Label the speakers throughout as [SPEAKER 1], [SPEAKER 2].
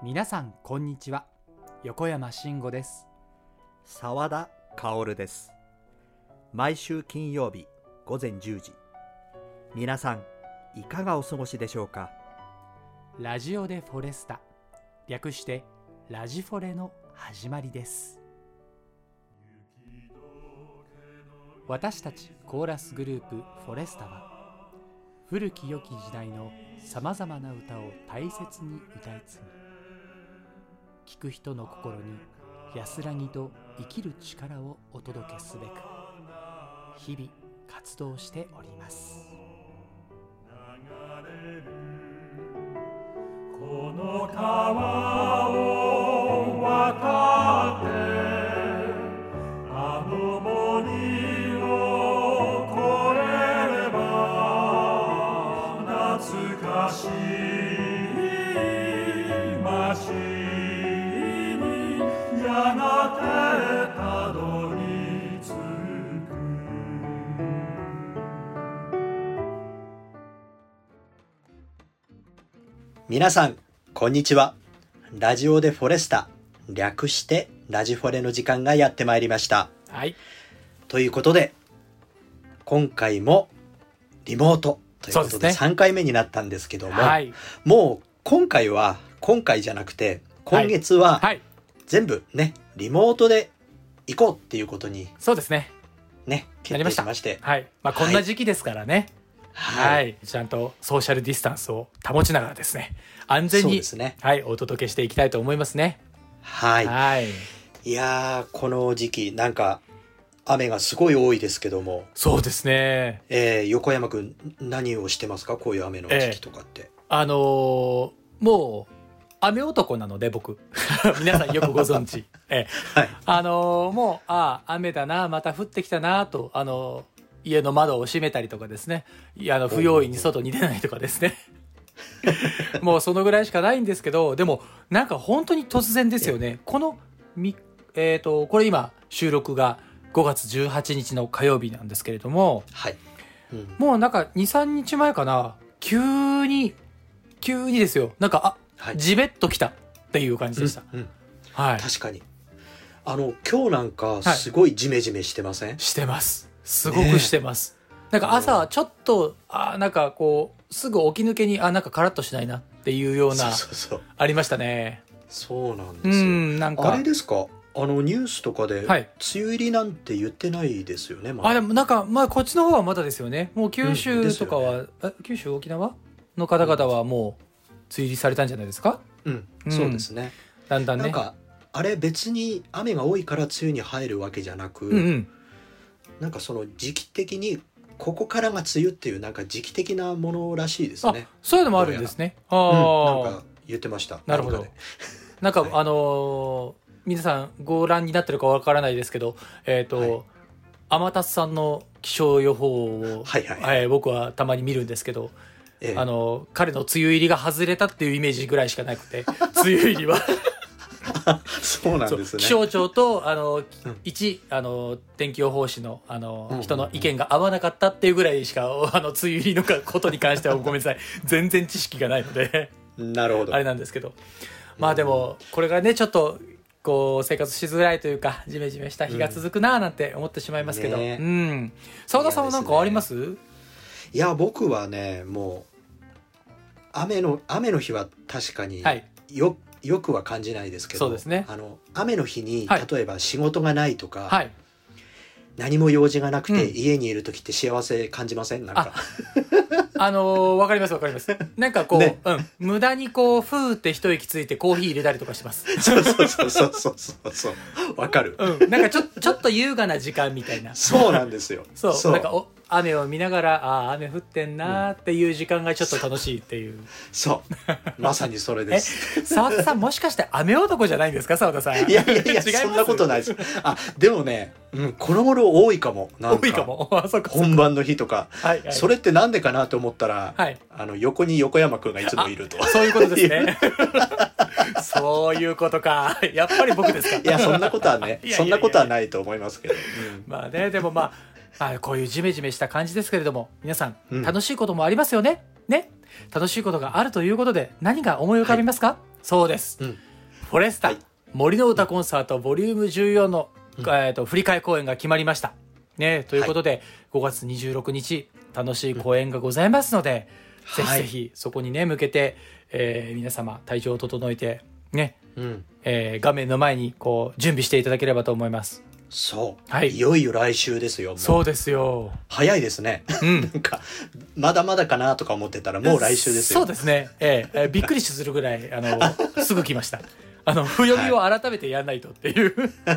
[SPEAKER 1] 皆さんこんにちは。横山慎吾です。
[SPEAKER 2] 澤田薫です。毎週金曜日午前10時、皆さんいかがお過ごしでしょうか。
[SPEAKER 1] ラジオでフォレスタ、略してラジフォレの始まりです。私たちコーラスグループフォレスタは、古き良き時代のさまざまな歌を大切に歌い継ぎ、聴く人の心に安らぎと生きる力をお届けすべく日々活動しております。
[SPEAKER 3] この川を渡ってあの森を越えれば懐かしい街にやがてたどり着く。
[SPEAKER 2] 皆さんこんにちは。ラジオでフォレスタ、略してラジフォレの時間がやってまいりました。
[SPEAKER 1] はい。
[SPEAKER 2] ということで今回もリモートということで3回目になったんですけども、
[SPEAKER 1] はい、
[SPEAKER 2] もう今回じゃなくて今月は全部ね、リモートで行こうっていうことに
[SPEAKER 1] そうですね、
[SPEAKER 2] 決定しまして、
[SPEAKER 1] はい、こんな時期ですからね、はい、ちゃんとソーシャルディスタンスを保ちながらですね、安全に、はい、お届けしていきたいと思いますね。
[SPEAKER 2] はい、はい、いやー、この時期なんか雨がすごい多いですけども。
[SPEAKER 1] そうですね。
[SPEAKER 2] 横山くん何をしてますか、こういう雨の時期とかって。
[SPEAKER 1] もう雨男なので僕皆さんよくご存知、はい、もう雨だな、また降ってきたなと家の窓を閉めたりとかですね、不用意に外に出ないとかですねもうそのぐらいしかないんですけど、でもなんか本当に突然ですよね。このこれ今収録が5月18日の火曜日なんですけれども、はい、もうなんか 2,3 日前かな、急にですよ、なんかジベッときたっていう感じでした。
[SPEAKER 2] はい、確かに今日なんかすごいジメジメしてません？
[SPEAKER 1] してます。すごくしてます。なんか朝ちょっとなんかこうすぐ起き抜けになんかカラッとしないなっていうようなありましたね。
[SPEAKER 2] そうなんですよ。なんかあれですか、ニュースとかで梅雨入りなんて言ってないですよね。
[SPEAKER 1] でもなんかこっちの方はまだですよね。もう九州とかは、九州沖縄の方々はもう梅雨入りされたんじゃないですか。
[SPEAKER 2] そうですね。
[SPEAKER 1] だんだんね、
[SPEAKER 2] なんかあれ別に雨が多いから梅雨に入るわけじゃなく、なんかその時期的にここからが梅雨っていうなんか時期的なものらしいですね。
[SPEAKER 1] そういうのもあるんですね。
[SPEAKER 2] なんか言ってました。
[SPEAKER 1] なるほど。なんか皆さんご覧になってるかわからないですけど、天達さんの気象予報を、僕はたまに見るんですけど、彼の梅雨入りが外れたっていうイメージぐらいしかなくて、梅雨入りは
[SPEAKER 2] そうなんですね。
[SPEAKER 1] 気象庁と天気予報士の人の意見が合わなかったっていうぐらいしか梅雨入りのことに関してはごめんなさい全然知識がないので
[SPEAKER 2] なるほど、
[SPEAKER 1] あれなんですけど、でもこれがねちょっとこう生活しづらいというか、ジメジメした日が続くななんて思ってしまいますけど、澤田さんは何かあります？
[SPEAKER 2] いや僕はね、もう雨の日は確かによくは感じないですけど、
[SPEAKER 1] そうですね、
[SPEAKER 2] 雨の日に例えば仕事がないとか、何も用事がなくて家にいる時って幸せ感じません？なんか
[SPEAKER 1] わかりますわかります。なんかこう、無駄にこうふーって一息ついてコーヒー入れたりとかしてます。
[SPEAKER 2] そうわかる。
[SPEAKER 1] なんかちょっと優雅な時間みたいな。
[SPEAKER 2] そうなんですよ。
[SPEAKER 1] そうなんか雨を見ながら雨降ってんなっていう時間がちょっと楽しいっていう。
[SPEAKER 2] そうまさにそれです。
[SPEAKER 1] 澤田さんもしかして雨男じゃないんですか、澤田さん？
[SPEAKER 2] いやそんなことないです。でもね、この頃多いかも。なんか
[SPEAKER 1] 多いかも。
[SPEAKER 2] 本番の日とか、それってなんでかなと思ったら、横に横山くんがいつもいると。
[SPEAKER 1] そういうことですね。そういうことか。やっぱり僕ですか。
[SPEAKER 2] いやそんなことはね、そんなことはないと思いますけど。
[SPEAKER 1] でもこういうジメジメした感じですけれども、皆さん楽しいこともありますよね。楽しいことがあるということで何が思い浮かびますか？ そうです、フォレスタ、森の歌コンサートボリューム14の、振り替え公演が決まりましたね。ということで、5月26日楽しい公演がございますので、ぜひぜひそこにね向けて、皆様体調を整えてね、画面の前にこう準備していただければと思います。
[SPEAKER 2] そう、いよいよ来週ですよ。もう
[SPEAKER 1] そうですよ。
[SPEAKER 2] 早いですね。なんかまだまだかなとか思ってたらもう来週ですよ。
[SPEAKER 1] そうですね。びっくりするぐらいすぐ来ました。不読みを改めてやんないとっていう、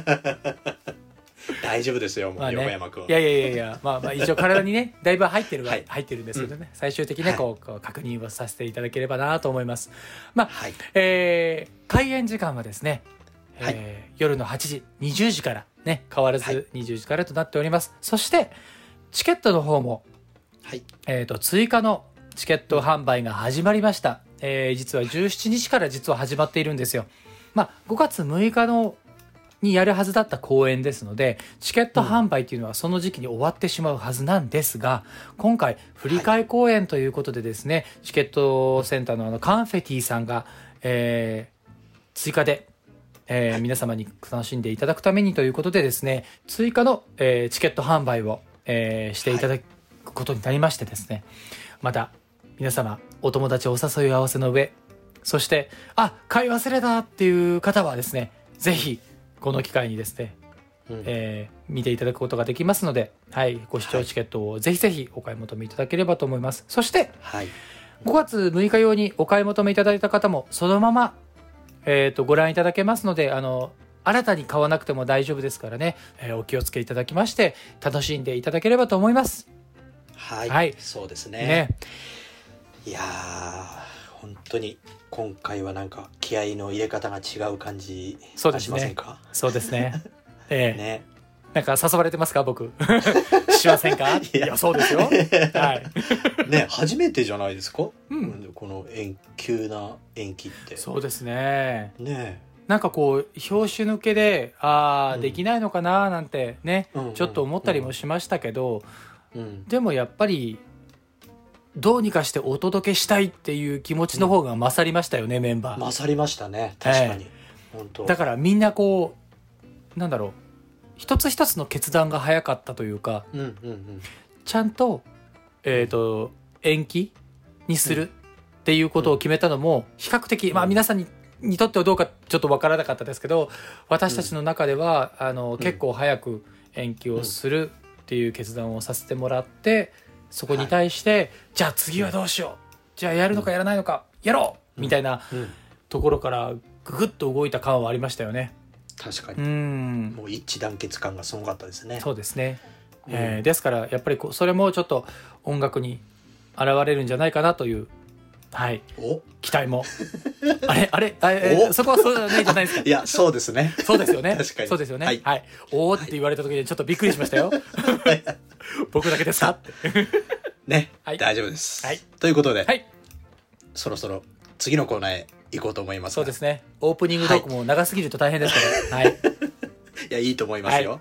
[SPEAKER 2] 大丈夫ですよ、もう横山君。
[SPEAKER 1] いや、まあ一応体にねだいぶ入ってるんですけどね、最終的にねこう確認をさせていただければなと思います。まあ、開演時間はですね、夜の8時20時からね、変わらず20時からとなっております。そしてチケットの方も、追加のチケット販売が始まりました。実は17日から実は始まっているんですよ。まあ、5月6日にやるはずだった公演ですので、チケット販売というのはその時期に終わってしまうはずなんですが、今回振り替え公演ということでですね、チケットセンターのカンフェティさんが、追加で、皆様に楽しんでいただくためにということでですね、追加の、チケット販売を、していただくことになりましてですね、また皆様お友達お誘い合わせの上、そして買い忘れたっていう方はですね、ぜひこの機会にですね、見ていただくことができますので、ご視聴チケットをぜひぜひお買い求めいただければと思います。そして、5月6日用にお買い求めいただいた方もそのまま、ご覧いただけますので、新たに買わなくても大丈夫ですからね、お気をつけいただきまして楽しんでいただければと思います。
[SPEAKER 2] そうですね。いや本当に今回はなんか気合の入れ方が違う感じがしませんか？
[SPEAKER 1] そうですね。ね、なんか誘われてますか僕？しませんか？いやそうですよ。
[SPEAKER 2] ね、初めてじゃないですか？この急な延期って。
[SPEAKER 1] そうですね。なんかこう拍子抜けでできないのかななんてね、ちょっと思ったりもしましたけど、でもやっぱりどうにかしてお届けしたいっていう気持ちの方が勝りましたよね、メンバー。
[SPEAKER 2] 勝りましたね、確かに。本当。
[SPEAKER 1] だからみんなこうなんだろう、一つ一つの決断が早かったというか、ちゃんと延期にするっていうことを決めたのも比較的、皆さんにとってはどうかちょっと分からなかったですけど、私たちの中では結構早く延期をするっていう決断をさせてもらって、そこに対して、じゃあ次はどうしよう、じゃあやるのかやらないのか、やろうみたいなところからググッと動いた感はありましたよね。
[SPEAKER 2] 確かに。もう一致団結感がすごかったですね。
[SPEAKER 1] そうですね。ですからやっぱりそれもちょっと音楽に現れるんじゃないかなという、期待もそこはそうじゃないじゃないですか。
[SPEAKER 2] いやそうですね。
[SPEAKER 1] そうですよね。
[SPEAKER 2] 確かに
[SPEAKER 1] そうですよね。おーって言われた時にちょっとびっくりしましたよ。僕だけですかって
[SPEAKER 2] ね、大丈夫です。ということで、そろそろ次のコーナーへ行こうと思います。
[SPEAKER 1] そうですね。オープニングトークも長すぎると大変ですから。い
[SPEAKER 2] やいいと思いますよ。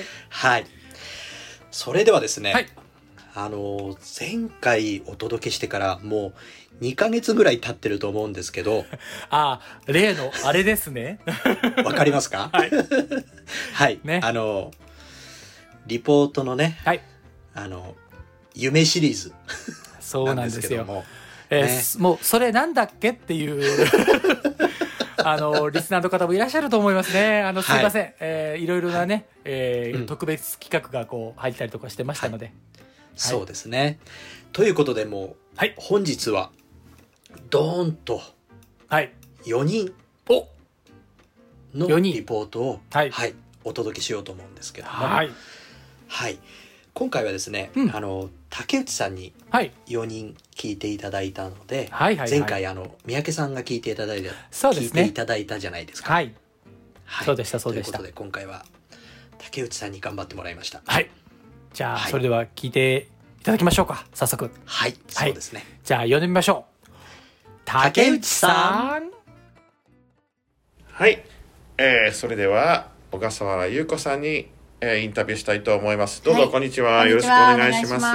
[SPEAKER 2] それではですね、前回お届けしてからもう2ヶ月ぐらい経ってると思うんですけど、
[SPEAKER 1] 例のあれですね。
[SPEAKER 2] わかりますか？ね、リポートのね、夢シリーズ
[SPEAKER 1] そうなんですよ。もうそれなんだっけっていうリスナーの方もいらっしゃると思いますね。すいません、いろいろなね、特別企画がこう入ったりとかしてましたので、
[SPEAKER 2] そうですね。ということでもう、本日はドーンと4人のリポートを、お届けしようと思うんですけども、今回はですね、竹内さんに4人聞いていただいたので、前回三宅さんが聞いていただいた、聞いていただいたじゃないですか。
[SPEAKER 1] そうでしたそうでした。
[SPEAKER 2] ということで今回は竹内さんに頑張ってもらいました。
[SPEAKER 1] じゃあそれでは聞いていただきましょうか、早速。
[SPEAKER 2] そうですね。
[SPEAKER 1] じゃあ呼んでみましょう。竹内さん。
[SPEAKER 4] それでは小笠原優子さんにインタビューしたいと思います。どうぞ、こんにちは。よろしくお願いします。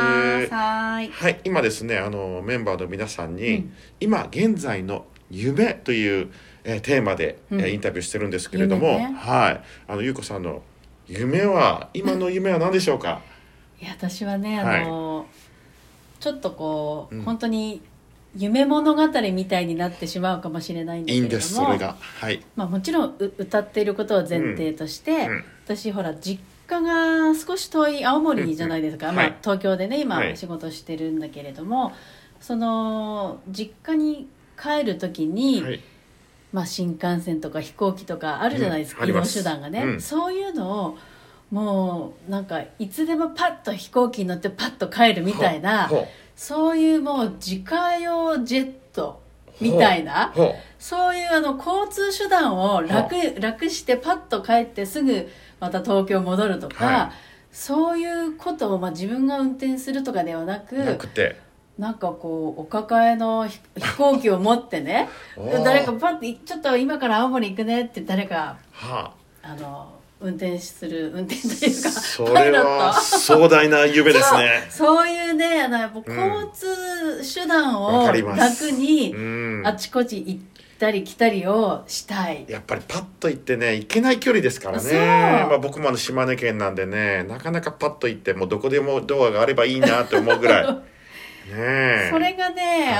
[SPEAKER 4] 今ですね、メンバーの皆さんに、今現在の夢という、 テーマで、インタビューしてるんですけれども、
[SPEAKER 5] ね、
[SPEAKER 4] はい、優子さんの夢は、今の夢は何でしょうか？
[SPEAKER 5] いや、私はね、ちょっとこう、本当に夢物語みたいになってしまうかもしれないんだけれども、
[SPEAKER 4] いいんです、それが、はい、
[SPEAKER 5] もちろん歌っていることを前提として、私ほら実家が少し遠い青森じゃないですか、東京でね今仕事してるんだけれども、その実家に帰る時に、新幹線とか飛行機とかあるじゃないですか、移動手段がね、そういうのをもうなんかいつでもパッと飛行機に乗ってパッと帰るみたいな、そういうもう自家用ジェットみたいな、そういう交通手段を楽してパッと帰ってすぐまた東京戻るとか、そういうことを自分が運転するとかではなくて、なんかこうお抱えの飛行機を持ってね誰かパッてちょっと今から青森行くねって誰か、運転というか
[SPEAKER 4] それは壮大な夢ですね。
[SPEAKER 5] そういうねやっぱ交通手段を楽にあちこち行ったり来たりをしたい。
[SPEAKER 4] やっぱりパッと行ってね行けない距離ですからね。僕も島根県なんでね、なかなかパッと行ってもうどこでもドアがあればいいなって思うぐらいね。
[SPEAKER 5] それがね、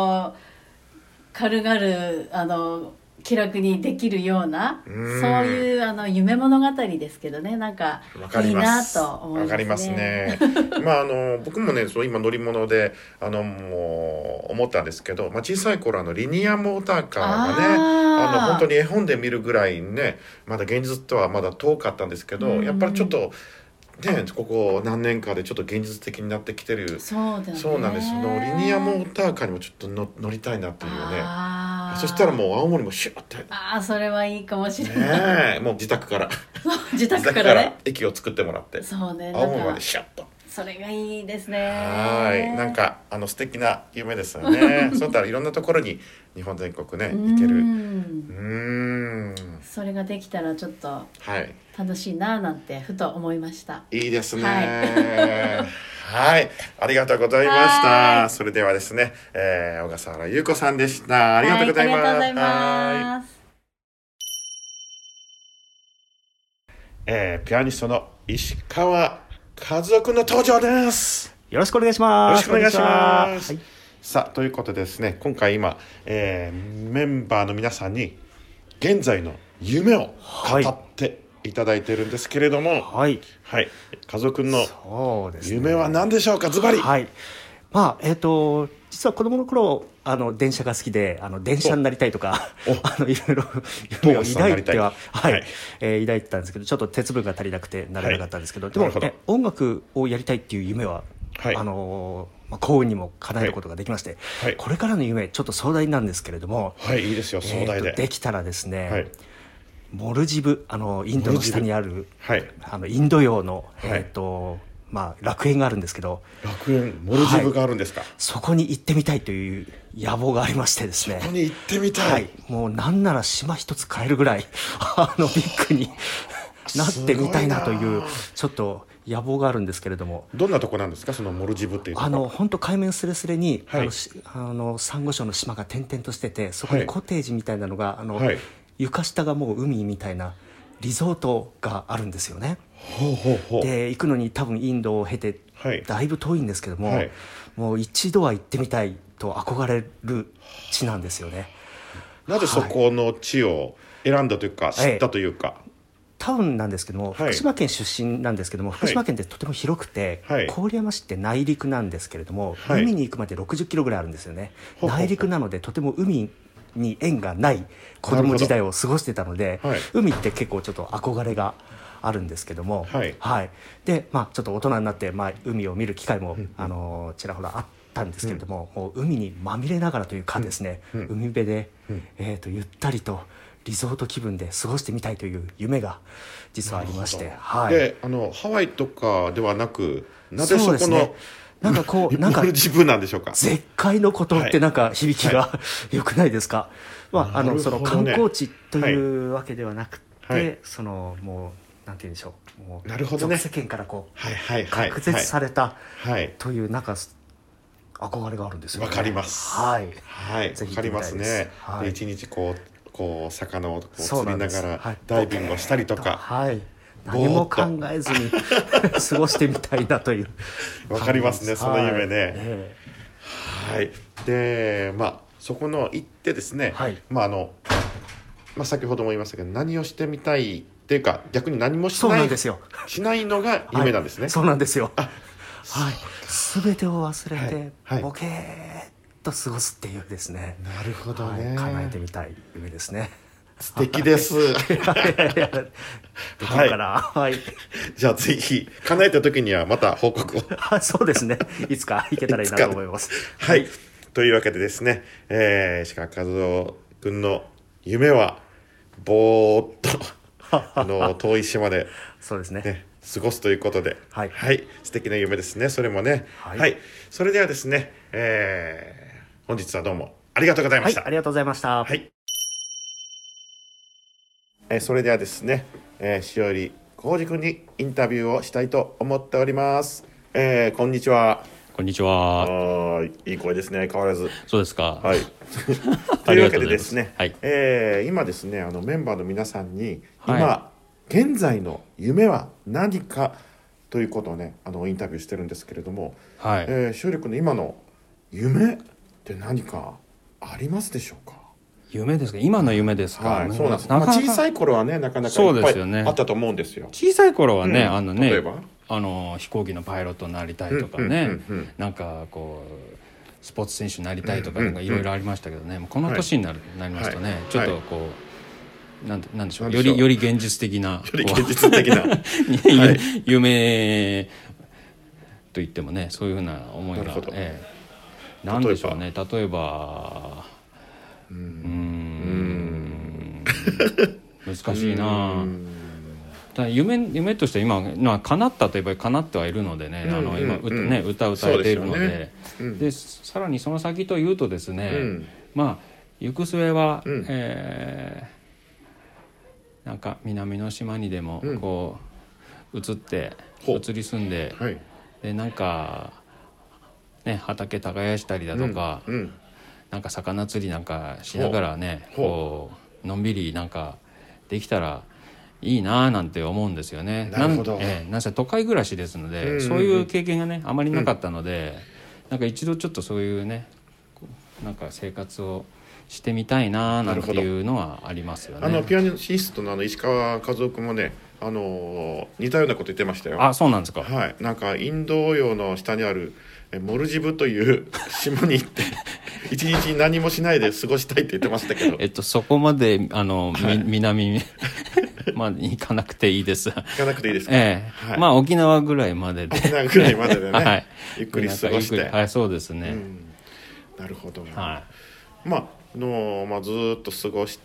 [SPEAKER 5] 軽々気楽にできるような、そういう夢物語ですけどね、なんかいいなと思いますね。
[SPEAKER 4] わかりますね。僕もね今乗り物でもう思ったんですけど、小さい頃リニアモーターカーがね本当に絵本で見るぐらいね、まだ現実とはまだ遠かったんですけど、やっぱりちょっとね、ここ何年かでちょっと現実的になってきてる。そうなんです。リニアモーターカーにもちょっと乗りたいなっていうね。そしたらもう青森もシュッて。
[SPEAKER 5] それはいいかもしれない。
[SPEAKER 4] もう自宅から
[SPEAKER 5] 自宅からね
[SPEAKER 4] 駅を作ってもらって、
[SPEAKER 5] そうね、
[SPEAKER 4] 青森までシュッと。
[SPEAKER 5] それがいいですね。
[SPEAKER 4] なんか素敵な夢ですよね。そうしたらいろんなところに日本全国ね行ける。
[SPEAKER 5] それができたらちょっと楽しいななんてふと思いました。
[SPEAKER 4] いいですね。はい、ありがとうございました。それではですね、小笠原優子さんでした。ありがとうございます。ありがとうございます。ピアニストの石川和夫君の登場です。
[SPEAKER 6] よろしくお願いします。
[SPEAKER 4] よろしくお願いします。さあ、ということでですね、今回今、メンバーの皆さんに現在の夢を語っていただいているんですけれども、はい、和夫君の夢は何でしょうか、ズバリ。
[SPEAKER 6] 実は子供の頃電車が好きで電車になりたいとかいろいろ夢を抱いては抱いてたんですけど、ちょっと鉄分が足りなくてなれなかったんですけど、でも音楽をやりたいっていう夢は幸運にも叶えることができまして、これからの夢ちょっと壮大なんですけれども、
[SPEAKER 4] いいですよ、壮大で。
[SPEAKER 6] できたらですね、モルジブインドの下にあるインド洋の楽園があるんですけど、
[SPEAKER 4] 楽園モルジブがあるんですか。
[SPEAKER 6] そこに行ってみたいという野望がありましてですね。
[SPEAKER 4] そこに行ってみたい。
[SPEAKER 6] もうなんなら島一つ買えるぐらいビッグになってみたいなというちょっと野望があるんですけれども。
[SPEAKER 4] どんなとこなんですか、そのモルジブっていうところ。
[SPEAKER 6] 本当海面すれすれにサンゴ礁の島が点々としてて、そこにコテージみたいなのが床下がもう海みたいなリゾートがあるんですよね。で行くのに多分インドを経てだいぶ遠いんですけども、もう一度は行ってみたいと憧れる地なんですよね。
[SPEAKER 4] なぜそこの地を選んだというか、知ったというか。
[SPEAKER 6] 多分なんですけども、福島県出身なんですけども、福島県ってとても広くて、郡山市って内陸なんですけれども、海に行くまで60キロぐらいあるんですよね。内陸なのでとても海に縁がない子供時代を過ごしてたので、海って結構ちょっと憧れがあるんですけども、でちょっと大人になって、海を見る機会も、ちらほらあったんですけれども、もう海にまみれながらというかですね、海辺で、ゆったりとリゾート気分で過ごしてみたいという夢が実はありまして、
[SPEAKER 4] でハワイとかではなく、なぜそこの
[SPEAKER 6] なんかこう、なんか
[SPEAKER 4] 自分なんでしょうか。
[SPEAKER 6] 絶海のことってなんか響きが良くないですか。その観光地というわけではなくて、そのもうなんて言うんでしょう、もう俗世間からこう隔絶されたというなんか憧れがあるんですよね。
[SPEAKER 4] わかります。ぜひわかりますね。一日ここう魚をこう釣りながらダイビングをしたりとか、
[SPEAKER 6] はい、何も考えずに過ごしてみたいなという
[SPEAKER 4] わかりますね、その夢ね。はい、でそこの行ってですね、はい、先ほども言いましたけど、何をしてみたいっていうか逆に何もしないのが夢なんですね。
[SPEAKER 6] そうなんですよ。はい、全てを忘れて、ボケーっと過ごすっていうですね。
[SPEAKER 4] なるほどね、
[SPEAKER 6] 叶えてみたい夢ですね。
[SPEAKER 4] 素敵です。できるか
[SPEAKER 6] な。はい。
[SPEAKER 4] じゃあぜひ叶えた時にはまた報告を。
[SPEAKER 6] そうですね。いつか行けたらいいなと思います。
[SPEAKER 4] はい。というわけでですね、石川和夫君の夢はぼーっと遠い島で
[SPEAKER 6] そうですね。
[SPEAKER 4] 過ごすということで、はい、素敵な夢ですね。それもね。はい。それではですね、本日はどうもありがとうございました。
[SPEAKER 6] ありがとうございました。
[SPEAKER 4] はい。それではですね、塩入浩二君にインタビューをしたいと思っております。こんにちは。
[SPEAKER 7] こんにちは。
[SPEAKER 4] いい声ですね、変わらず。
[SPEAKER 7] そうですか。
[SPEAKER 4] はい。というわけでですね、今ですね、メンバーの皆さんに今、現在の夢は何かということをね、インタビューしてるんですけれども、はい。塩入君の今の夢って何かありますでしょうか？
[SPEAKER 7] 夢ですか？今の夢ですか？
[SPEAKER 4] はい、そうなんです。小さい頃はね、なかなかいっぱいあったと思うんですよ。
[SPEAKER 7] 小さい頃はね、
[SPEAKER 4] 例えば
[SPEAKER 7] 飛行機のパイロットになりたいとかね、なんかこうスポーツ選手になりたいとか、なんかいろいろありましたけどね、この年になりますとね、ちょっとこうなんでしょう、より現実的な夢と言ってもね、そういうふうな思いが、なんでしょうね、例えば難しいな。夢として今叶ったといえば叶ってはいるのでね、今歌えているので、でさらにその先というとですね、行く末は、なんか南の島にでもこう移り住んで、でなんかね、畑耕したりだとか、なんか魚釣りなんかしながらね、こうのんびりなんかできたらいいななんて思うんですよね。
[SPEAKER 4] なるほど。
[SPEAKER 7] なんせ都会暮らしですので、そういう経験がねあまりなかったので、なんか一度ちょっとそういうね、なんか生活をしてみたいななんていうのはありますよね。
[SPEAKER 4] ピアニストの石川和夫君もね、似たようなこと言ってましたよ。
[SPEAKER 7] あ、そうなんですか。
[SPEAKER 4] はい。なんかインド洋の下にあるモルジブという島に行って一日何もしないで過ごしたいって言ってましたけど、
[SPEAKER 7] そこまで南まで行かなくていいです。
[SPEAKER 4] 行かなくていいですか？
[SPEAKER 7] 沖縄ぐらいまでで、
[SPEAKER 4] 沖縄ぐらいまででね、ゆっくり過ごして、
[SPEAKER 7] そうですね。
[SPEAKER 4] なるほど。ずっと過ごして、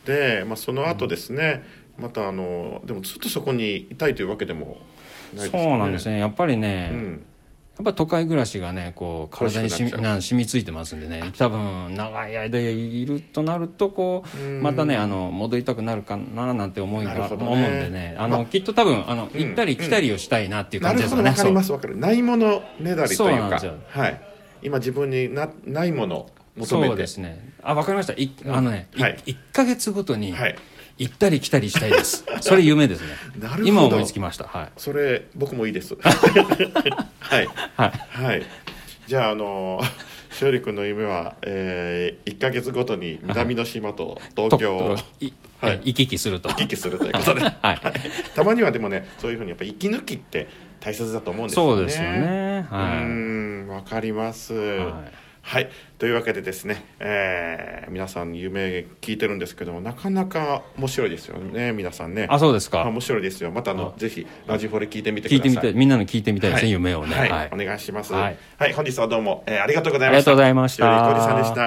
[SPEAKER 4] その後ですね、またでもずっとそこにいたいというわけでもないですね。
[SPEAKER 7] そうなんですね。やっぱりね、やっぱ都会暮らしがね、こう体に染みついてますんでね、多分長い間いるとなるとこうまたね戻りたくなるかななんて思うんでね、きっと多分行ったり来たりをしたいなっていう感じですよね。
[SPEAKER 4] わかります、わかる。ないものねだりというか、はい、今自分にないものを求めて。
[SPEAKER 7] そうですね。わかりました。1ヶ月ごとに行ったり来たりしたいです。それ夢ですね。
[SPEAKER 4] なるほど。
[SPEAKER 7] 今思いつきました。はい。
[SPEAKER 4] それ僕もいいです。はいはい。じゃあ勝利君の夢は1ヶ月ごとに南の島と東京を
[SPEAKER 7] 行き来すると。
[SPEAKER 4] 行き来するということで。はい。たまにはでもね、そういうふうにやっぱ息抜きって大切だと思うんですよね。
[SPEAKER 7] そうですよね。
[SPEAKER 4] はい。わかります。はい、というわけでですね、皆さん夢聞いてるんですけども、なかなか面白いですよね、皆さんね。
[SPEAKER 7] あ、そうですか。
[SPEAKER 4] 面白いですよ。またぜひラジフォレ聞いてみてください。
[SPEAKER 7] みんなの聞いてみたいですね、夢をね。
[SPEAKER 4] はい、お願いします。はい、本日はどうもありがとうございました。
[SPEAKER 7] ありがとうございました。
[SPEAKER 4] 塩入浩二さんでした。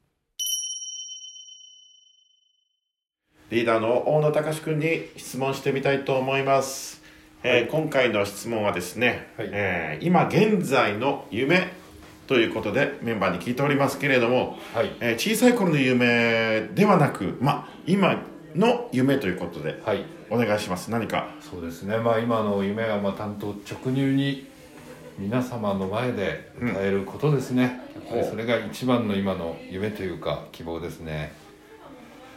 [SPEAKER 4] リーダーの大野隆君に質問してみたいと思います。今回の質問はですね、今現在の夢ということでメンバーに聞いておりますけれども、小さい頃の夢ではなく、今の夢ということで、お願いします。何か。
[SPEAKER 8] そうですね、今の夢は担当直入に皆様の前で歌えることですね。やっぱりそれが一番の今の夢というか希望ですね。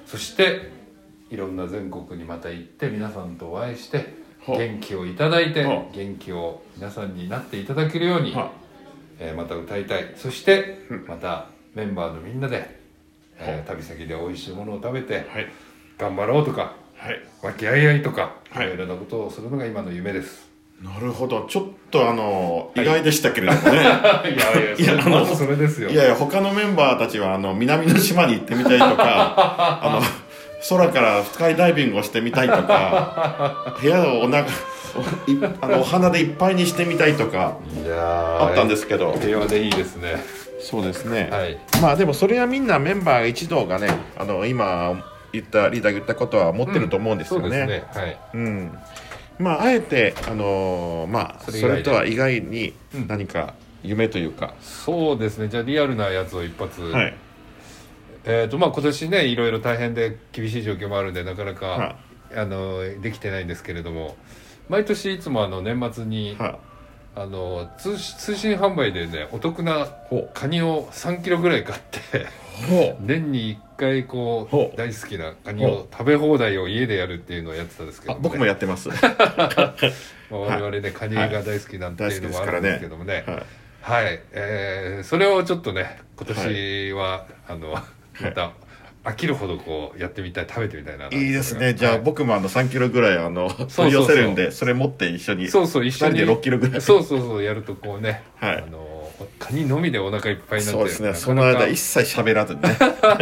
[SPEAKER 8] そしていろんな全国にまた行って皆さんとお会いして元気をいただいて元気を皆さんになっていただけるようにまた歌いたい。そしてまたメンバーのみんなで旅先で美味しいものを食べて頑張ろうとか和気あいあいとかいろいろなことをするのが今の夢です。
[SPEAKER 4] なるほど。ちょっと意外でしたけれどもね。
[SPEAKER 8] いやまずそれですよ。
[SPEAKER 4] いや他のメンバーたちは南の島に行ってみたいとか空からスカイダイビングをしてみたいとか部屋をお花でいっぱいにしてみたいとかあったんですけど、
[SPEAKER 8] 平和でいいですね。
[SPEAKER 4] そうですね、まあでもそれはみんなメンバー一同がね今リーダーが言ったことは持ってると思うんですよね。そうですね。まああえてそれとは意外に何か夢というか、
[SPEAKER 8] そうですね。じゃあリアルなやつを一発。今年ねいろいろ大変で厳しい状況もあるんでなかなかできてないんですけれども、毎年いつも年末に通信販売でねお得なカニを3キロぐらい買って年に1回こう大好きなカニを食べ放題を家でやるっていうのをやってたんですけど、
[SPEAKER 4] 僕もやってます。
[SPEAKER 8] 我々ねカニが大好きなんていうのもあるんですけどもね、それをちょっとね今年はまた飽きるほどこうやってみたい、食べてみたいな。
[SPEAKER 4] いいですね。じゃあ僕も3キロぐらい取り寄せるんで、それ持って一緒に
[SPEAKER 8] 一緒に
[SPEAKER 4] 6キロぐらい
[SPEAKER 8] やるとこうね、カニのみでお腹いっぱいになって、
[SPEAKER 4] そうですね。その間一切喋らずにね。
[SPEAKER 8] それが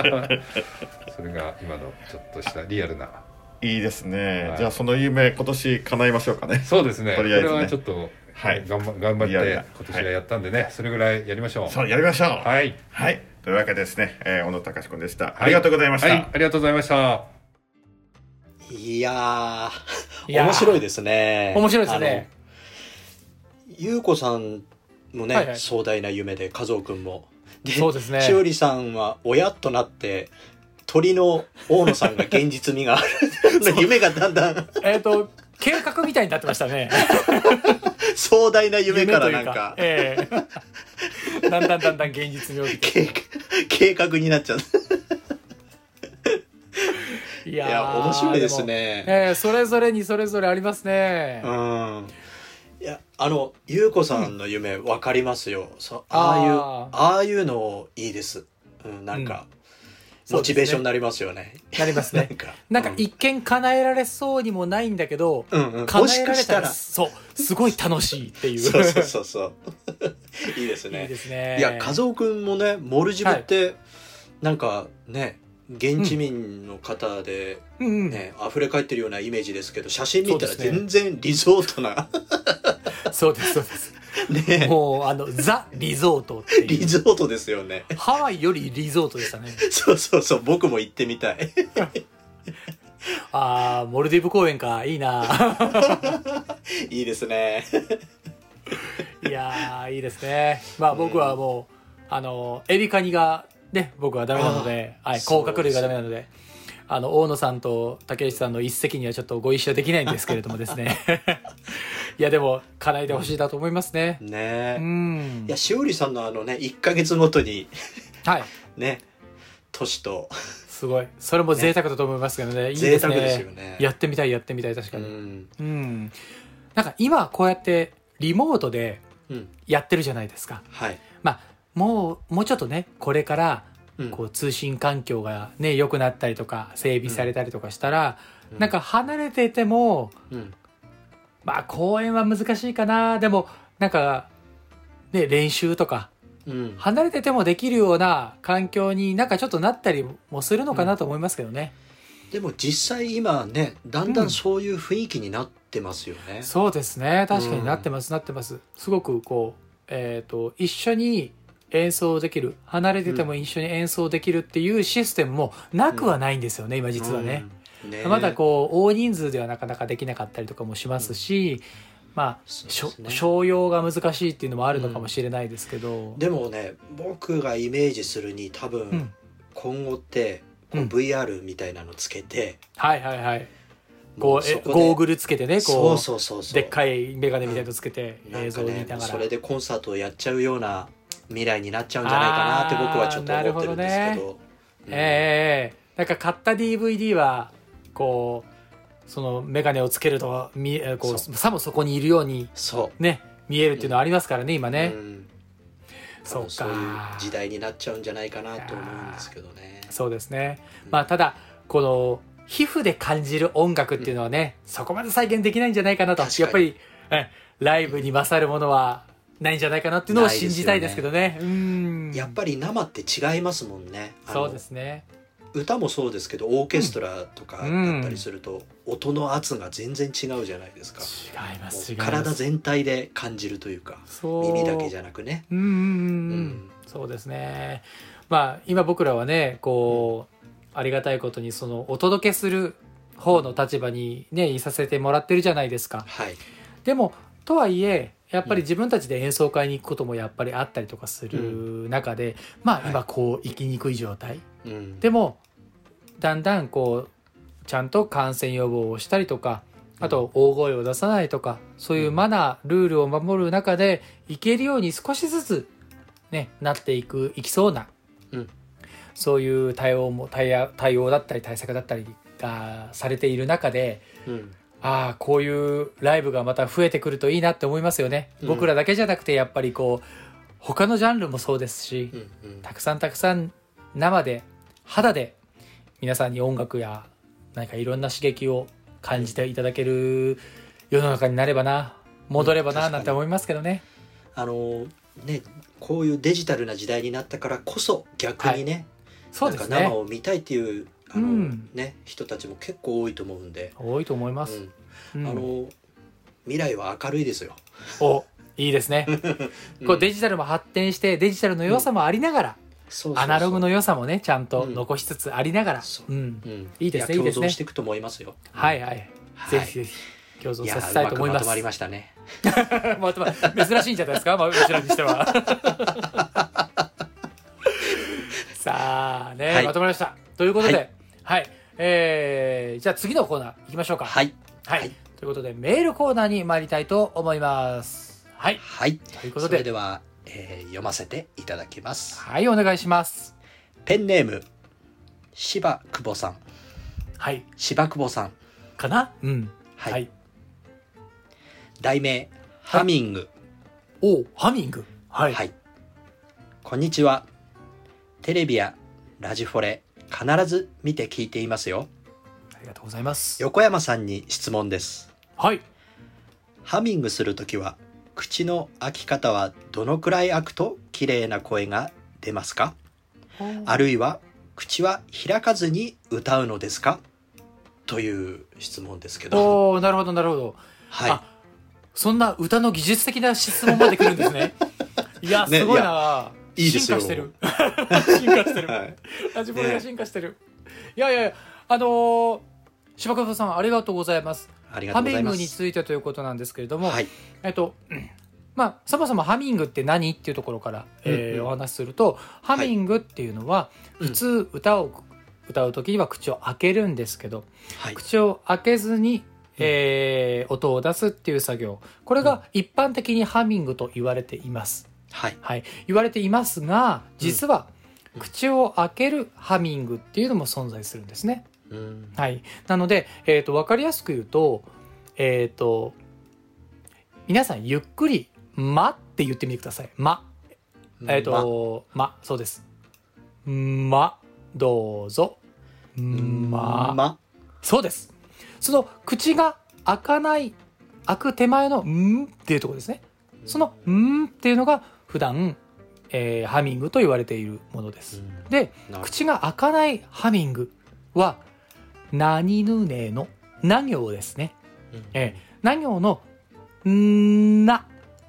[SPEAKER 8] 今のちょっとしたリアルな。
[SPEAKER 4] いいですね。じゃあその夢今年叶いましょうかね。
[SPEAKER 8] そうですね。
[SPEAKER 4] とりあえずね。
[SPEAKER 8] これはちょっと頑張って今年はやったんでね、それぐらいやりましょう。
[SPEAKER 4] そうやりましょう。
[SPEAKER 8] はい。
[SPEAKER 4] というわけでですね、小野隆君でした。ありがとうございました。
[SPEAKER 8] ありがとうございました。
[SPEAKER 2] いやー、面白いですね。
[SPEAKER 1] 面白いですね。
[SPEAKER 2] ゆうこさんもね、壮大な夢で、和夫君も。
[SPEAKER 1] そうですね。
[SPEAKER 2] しおりさんは親となって、鳥の大野さんが現実味がある。夢がだんだん。
[SPEAKER 1] 計画みたいになってましたね。
[SPEAKER 2] 壮大な夢からなんか。
[SPEAKER 1] だんだん現実に起きて。
[SPEAKER 2] 計画になっちゃう。
[SPEAKER 1] いや
[SPEAKER 2] 面白いですね。
[SPEAKER 1] それぞれにそれぞれありますね。
[SPEAKER 2] いやゆうこさんの夢わかりますよ。ああいうのいいです。なんか。モチベーションになりますよね。
[SPEAKER 1] なりますね。なんか一見叶えられそうにもないんだけど、
[SPEAKER 2] 叶えられたら
[SPEAKER 1] すごい楽しいっていう。
[SPEAKER 2] そういいですね。
[SPEAKER 1] いいですね。
[SPEAKER 2] いや和夫くんもねモルジブってなんかね現地民の方でね溢れ返ってるようなイメージですけど、写真見たら全然リゾートな。
[SPEAKER 1] そうです。ね、もうザ・リゾートっていう。
[SPEAKER 2] リゾートですよね。
[SPEAKER 1] ハワイよりリゾートでしたね。
[SPEAKER 2] そう僕も行ってみたい。
[SPEAKER 1] モルディブ公園か、いいな。
[SPEAKER 2] いいですね。
[SPEAKER 1] いやいいですね。まあ僕はもうエビカニがね僕はダメなので、甲殻類がダメなので。大野さんと竹内さんの一席にはちょっとご一緒できないんですけれどもですね。いやでも叶えてほしいなと思いますね。
[SPEAKER 2] いやしおりさんのね1ヶ月ごとにね年と
[SPEAKER 1] すごいそれも贅沢だと思いますけどね。いいですね。贅沢ですよね。やってみたい確かに。なんか今こうやってリモートでやってるじゃないですか。まあもうちょっとねこれからこう通信環境がね良くなったりとか整備されたりとかしたら、なんか離れていても、まあ公園は難しいかな。でもなんかね練習とか、離れててもできるような環境になんかちょっとなったりもするのかなと思いますけどね。
[SPEAKER 2] でも実際今ねだんだんそういう雰囲気になってますよね。
[SPEAKER 1] そうですね。確かになってます。すごくこう一緒に演奏できる、離れてても一緒に演奏できるっていうシステムもなくはないんですよね、今実はね。まだこう大人数ではなかなかできなかったりとかもしますし、まあ商用が難しいっていうのもあるのかもしれないですけど、
[SPEAKER 2] でもね僕がイメージするに多分、今後ってこう VR みたいなのつけて、こう
[SPEAKER 1] ゴーグルつけてね、こ
[SPEAKER 2] う
[SPEAKER 1] でっかいメガネみたいなのつけて映像を見ながら、
[SPEAKER 2] それでコンサートをやっちゃうような未来になっちゃうんじゃないかなって僕はちょっと思ってるんですけど。
[SPEAKER 1] なんか買った DVD はこうその眼鏡をつけるとこうさもそこにいるようにね見えるっていうのはありますからね、今ね。
[SPEAKER 2] そうか、そういう時代になっちゃうんじゃないかなと思うんですけどね。
[SPEAKER 1] そうですね。まあただこの皮膚で感じる音楽っていうのはね、そこまで再現できないんじゃないかなと。やっぱりライブに勝るものはないんじゃないかなっていうのを信じたいですけどね。
[SPEAKER 2] やっぱり生って違いますもんね。
[SPEAKER 1] そうですね。
[SPEAKER 2] 歌もそうですけどオーケストラとかだったりすると、音の圧が全然違うじゃないですか。
[SPEAKER 1] 違います違います。
[SPEAKER 2] 体全体で感じるというか、耳だけじゃなくね。
[SPEAKER 1] そうですね。まあ今僕らはねこう、ありがたいことにそのお届けする方の立場にねいさせてもらってるじゃないですか。
[SPEAKER 2] はい、
[SPEAKER 1] でもとはいえやっぱり自分たちで演奏会に行くこともやっぱりあったりとかする中で、まあ今こう行きにくい状態、でもだんだんこうちゃんと感染予防をしたりとか、あと大声を出さないとか、そういうマナールールを守る中でいけるように少しずつねなっていきそうな、そういう対応だったり対策だったりがされている中で、ああこういうライブがまた増えてくるといいなって思いますよね。僕らだけじゃなくてやっぱりこう他のジャンルもそうですし、たくさん生で肌で皆さんに音楽や何かいろんな刺激を感じていただける世の中になればな、戻ればななんて思いますけどね。
[SPEAKER 2] ね、こういうデジタルな時代になったからこそ逆にね、
[SPEAKER 1] そうですね、
[SPEAKER 2] なんか生を見たいっていうね、人たちも結構多いと思うんで。
[SPEAKER 1] 多いと思います。
[SPEAKER 2] 未来は明るいですよ。
[SPEAKER 1] お、いいですね。こうデジタルも発展してデジタルの良さもありながら、アナログの良さもねちゃんと残しつつありながら、いいですね。
[SPEAKER 2] 共存していくと思いますよ。
[SPEAKER 1] はいはい、ぜひぜひ共存させたいと思います。
[SPEAKER 2] まとまりましたね。
[SPEAKER 1] 珍しいんじゃないですか、うちらにしては。さあね、まとまりました。ということで、じゃあ次のコーナー行きましょうか。はい。ということでメールコーナーに参りたいと思います。はい。
[SPEAKER 2] ということで、それでは、読ませていただきます。
[SPEAKER 1] はい、お願いします。
[SPEAKER 2] ペンネーム芝久保さん。
[SPEAKER 1] はい。
[SPEAKER 2] 芝久保さん
[SPEAKER 1] かな。
[SPEAKER 2] はい。題名ハミング。
[SPEAKER 1] お、ハミング。はい。
[SPEAKER 2] こんにちは。テレビやラジフォレ必ず見て聞いていますよ。
[SPEAKER 1] ありがとうございます。
[SPEAKER 2] 横山さんに質問です。
[SPEAKER 1] はい。
[SPEAKER 2] ハミングするときは口の開き方はどのくらい開くと綺麗な声が出ますか？あるいは口は開かずに歌うのですか？という質問ですけど。
[SPEAKER 1] お、なるほどなるほど。
[SPEAKER 2] はい。
[SPEAKER 1] そんな歌の技術的な質問まで来るんですね。いや、すごいな。
[SPEAKER 2] いいですよ。
[SPEAKER 1] 進化してる。進化してる。ラジフォレが進化してる。いやいや、柴久保さんありがとうございます。
[SPEAKER 2] ありがとうございます。
[SPEAKER 1] ハミングについてということなんですけれども、まあそもそもハミングって何っていうところから、お話しすると、ハミングっていうのは、普通歌を歌う時には口を開けるんですけど、口を開けずに音を出すっていう作業、これが一般的にハミングと言われています。言われていますが、実は口を開けるハミングっていうのも存在するんですね。なので、分かりやすく言うと、皆さんゆっくり「ま」って言ってみてください。ま。そうです。ま、どうぞ。ま。そうです。その口が開く手前の「ん」っていうところですね。その「ん」っていうのが普段、ハミングと言われているものです。で、口が開かないハミングは何ぬねのな行ですね。な行のな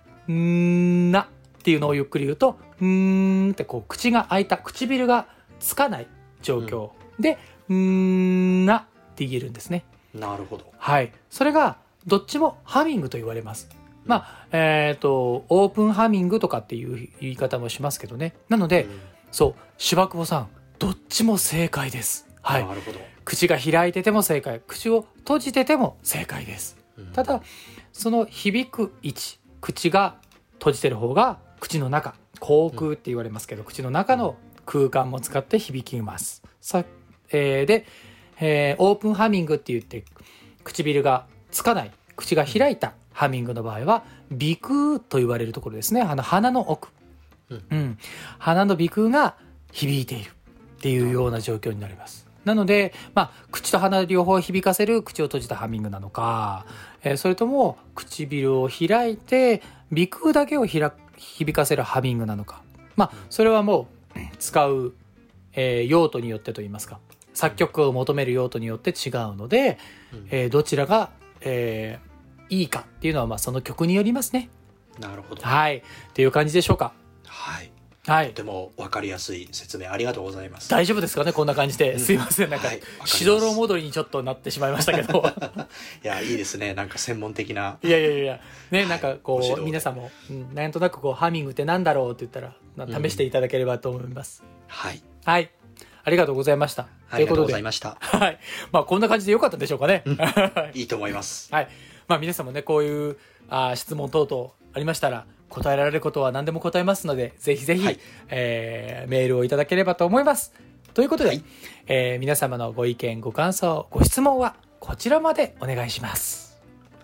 [SPEAKER 1] っていうのをゆっくり言うと、ってこう口が開いた、唇がつかない状況でなって言えるんですね。
[SPEAKER 2] なるほど。
[SPEAKER 1] はい。それがどっちもハミングと言われます。まあオープンハミングとかっていう言い方もしますけどね。なので、そう柴久保さんどっちも正解です。はい。
[SPEAKER 2] なるほど。
[SPEAKER 1] 口が開いてても正解、口を閉じてても正解です。ただその響く位置、口が閉じてる方が口の中、口腔って言われますけど、口の中の空間も使って響きます。 で、オープンハミングって言って唇がつかない、口が開いたハミングの場合は鼻腔と言われるところですね。鼻の奥、鼻の鼻腔が響いているっていうような状況になります。なので、口と鼻両方響かせる口を閉じたハミングなのか、それとも唇を開いて鼻腔だけを響かせるハミングなのか、それはもう使う、用途によってといいますか、作曲を求める用途によって違うので、どちらが、いいかっていうのはその曲によりますね。
[SPEAKER 2] なるほど。
[SPEAKER 1] はい。っていう感じでしょうか。
[SPEAKER 2] はい。
[SPEAKER 1] はい。
[SPEAKER 2] とても分かりやすい説明ありがとうございます。
[SPEAKER 1] 大丈夫ですかね、こんな感じで。すいません、なんか、しどろ戻りにちょっとなってしまいましたけど。
[SPEAKER 2] いや、いいですね。なんか専門的な。
[SPEAKER 1] いや。ね、なんかこう、皆さんも、なんとなくこう、ハミングってなんだろうって言ったら、試していただければと思います。
[SPEAKER 2] はい。
[SPEAKER 1] はい。ありがとうございました。
[SPEAKER 2] ありがとうございました。
[SPEAKER 1] はい。こんな感じでよかったでしょうかね。
[SPEAKER 2] いいと思います。
[SPEAKER 1] はい。皆さんもね、こういう質問等々ありましたら、答えられることは何でも答えますので、ぜひぜひ、メールをいただければと思います。ということで、皆様のご意見、ご感想、ご質問はこちらまでお願いします。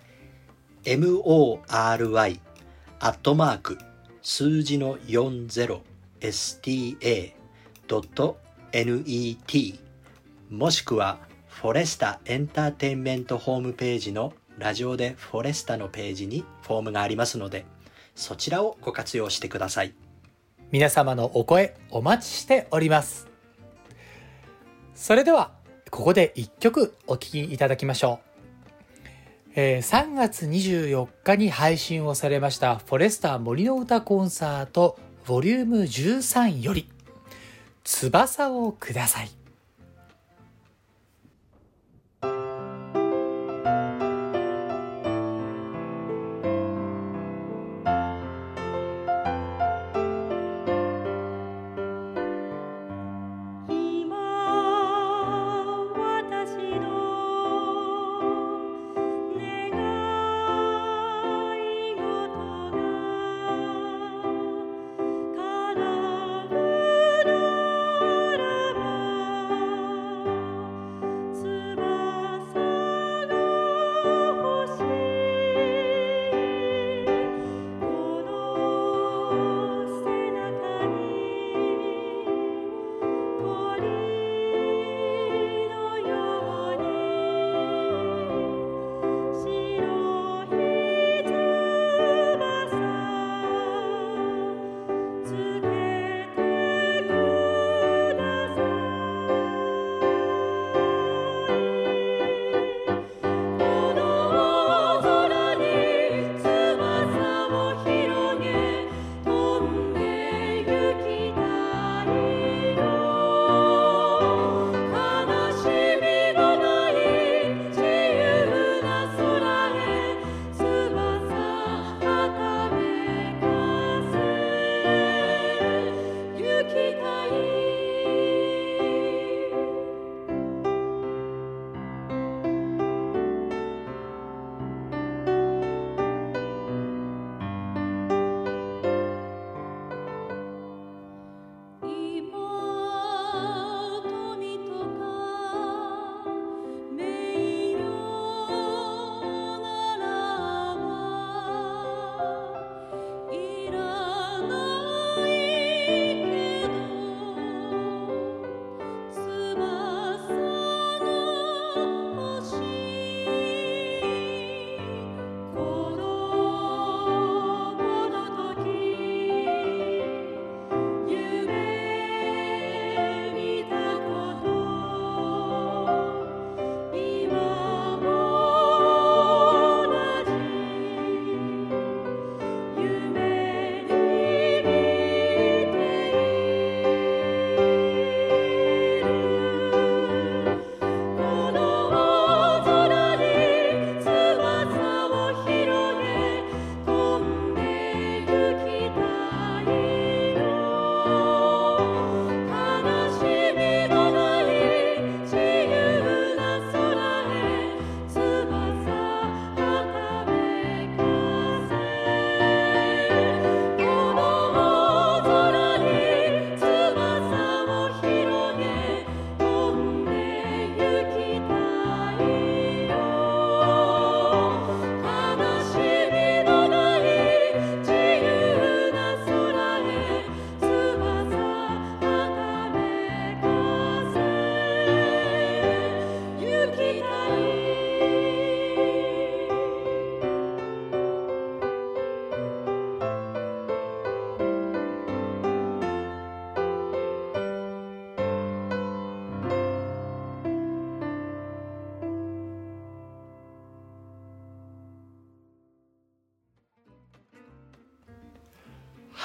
[SPEAKER 2] MORY 数字の 40sta.net もしくはフォレスタエンターテインメントホームページのラジオでフォレスタのページにフォームがありますので、そちらをご活用してください。
[SPEAKER 1] 皆様のお声お待ちしております。それではここで一曲お聴きいただきましょう。3月24日に配信をされましたフォレスタ森の歌コンサートボリューム13より翼をください。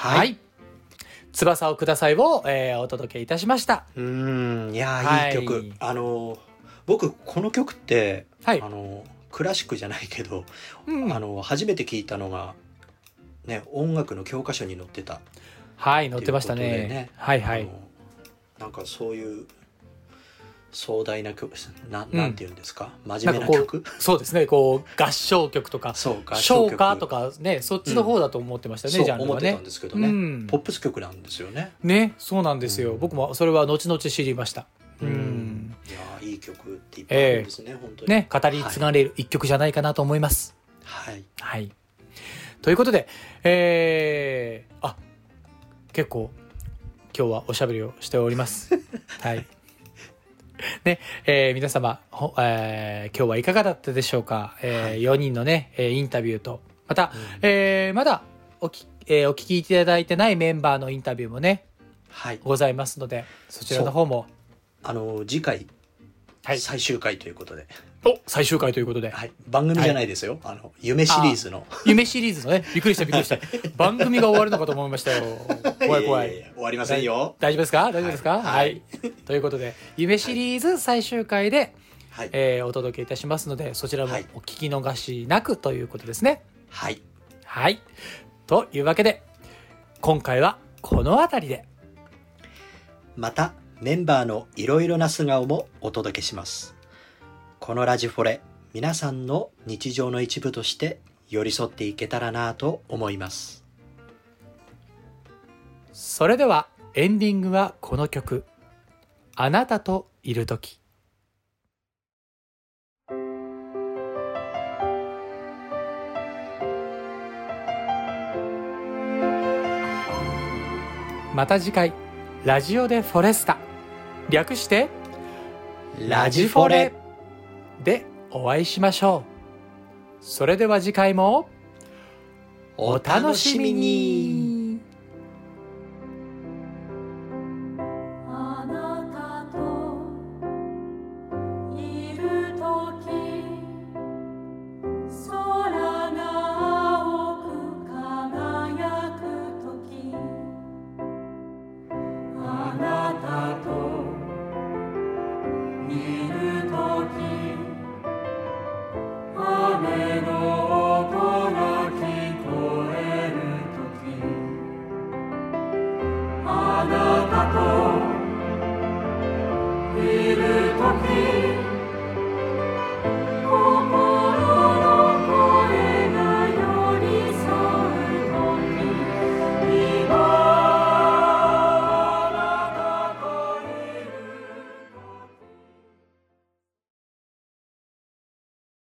[SPEAKER 1] はい、翼をくださいを、お届けいたしました。
[SPEAKER 2] いや、いい曲。僕この曲って、クラシックじゃないけど、初めて聞いたのがね、音楽の教科書に載ってた。
[SPEAKER 1] はい、載ってましたね。はいはい。
[SPEAKER 2] なんかそういう壮大な曲、なんていうんですか、真面目な曲。
[SPEAKER 1] そうですね、こう合唱曲とか唱歌とかね、そっちの方だと思ってましたね、ジャンルはね。
[SPEAKER 2] 思ってたんですけどね、ポップス曲なんですよね。
[SPEAKER 1] ね、そうなんですよ。僕もそれは後々知りました。
[SPEAKER 2] いや、いい曲っていっぱいあるんですね、本当に
[SPEAKER 1] ね、語り継がれる一曲じゃないかなと思います。
[SPEAKER 2] はい
[SPEAKER 1] はい。ということで、結構今日はおしゃべりをしております。はい。ね、皆様、今日はいかがだったでしょうか。4人のね、インタビューと、また、まだお聞きいただいてないメンバーのインタビューもね、ございますので、そちらの方も。
[SPEAKER 2] 次回、最終回ということで。
[SPEAKER 1] 最終回ということで。
[SPEAKER 2] 番組じゃないですよ。夢シリーズの。
[SPEAKER 1] 夢シリーズのね。びっくりしたびっくりした。番組が終わるのかと思いましたよ。怖い怖い。
[SPEAKER 2] 終わりませんよ。
[SPEAKER 1] 大丈夫ですか？大丈夫ですか？はい。ということで、夢シリーズ最終回で、お届けいたしますので、そちらもお聞き逃しなくということですね。
[SPEAKER 2] はい。
[SPEAKER 1] はい。というわけで、今回はこの辺りで。
[SPEAKER 2] また、メンバーのいろいろな素顔もお届けします。このラジフォレ、皆さんの日常の一部として寄り添っていけたらなと思います。
[SPEAKER 1] それではエンディングはこの曲、あなたといるとき。また次回、ラジオでフォレスタ、略してラジフォレでお会いしましょう。それでは次回もお楽しみに。
[SPEAKER 3] あなたといるとき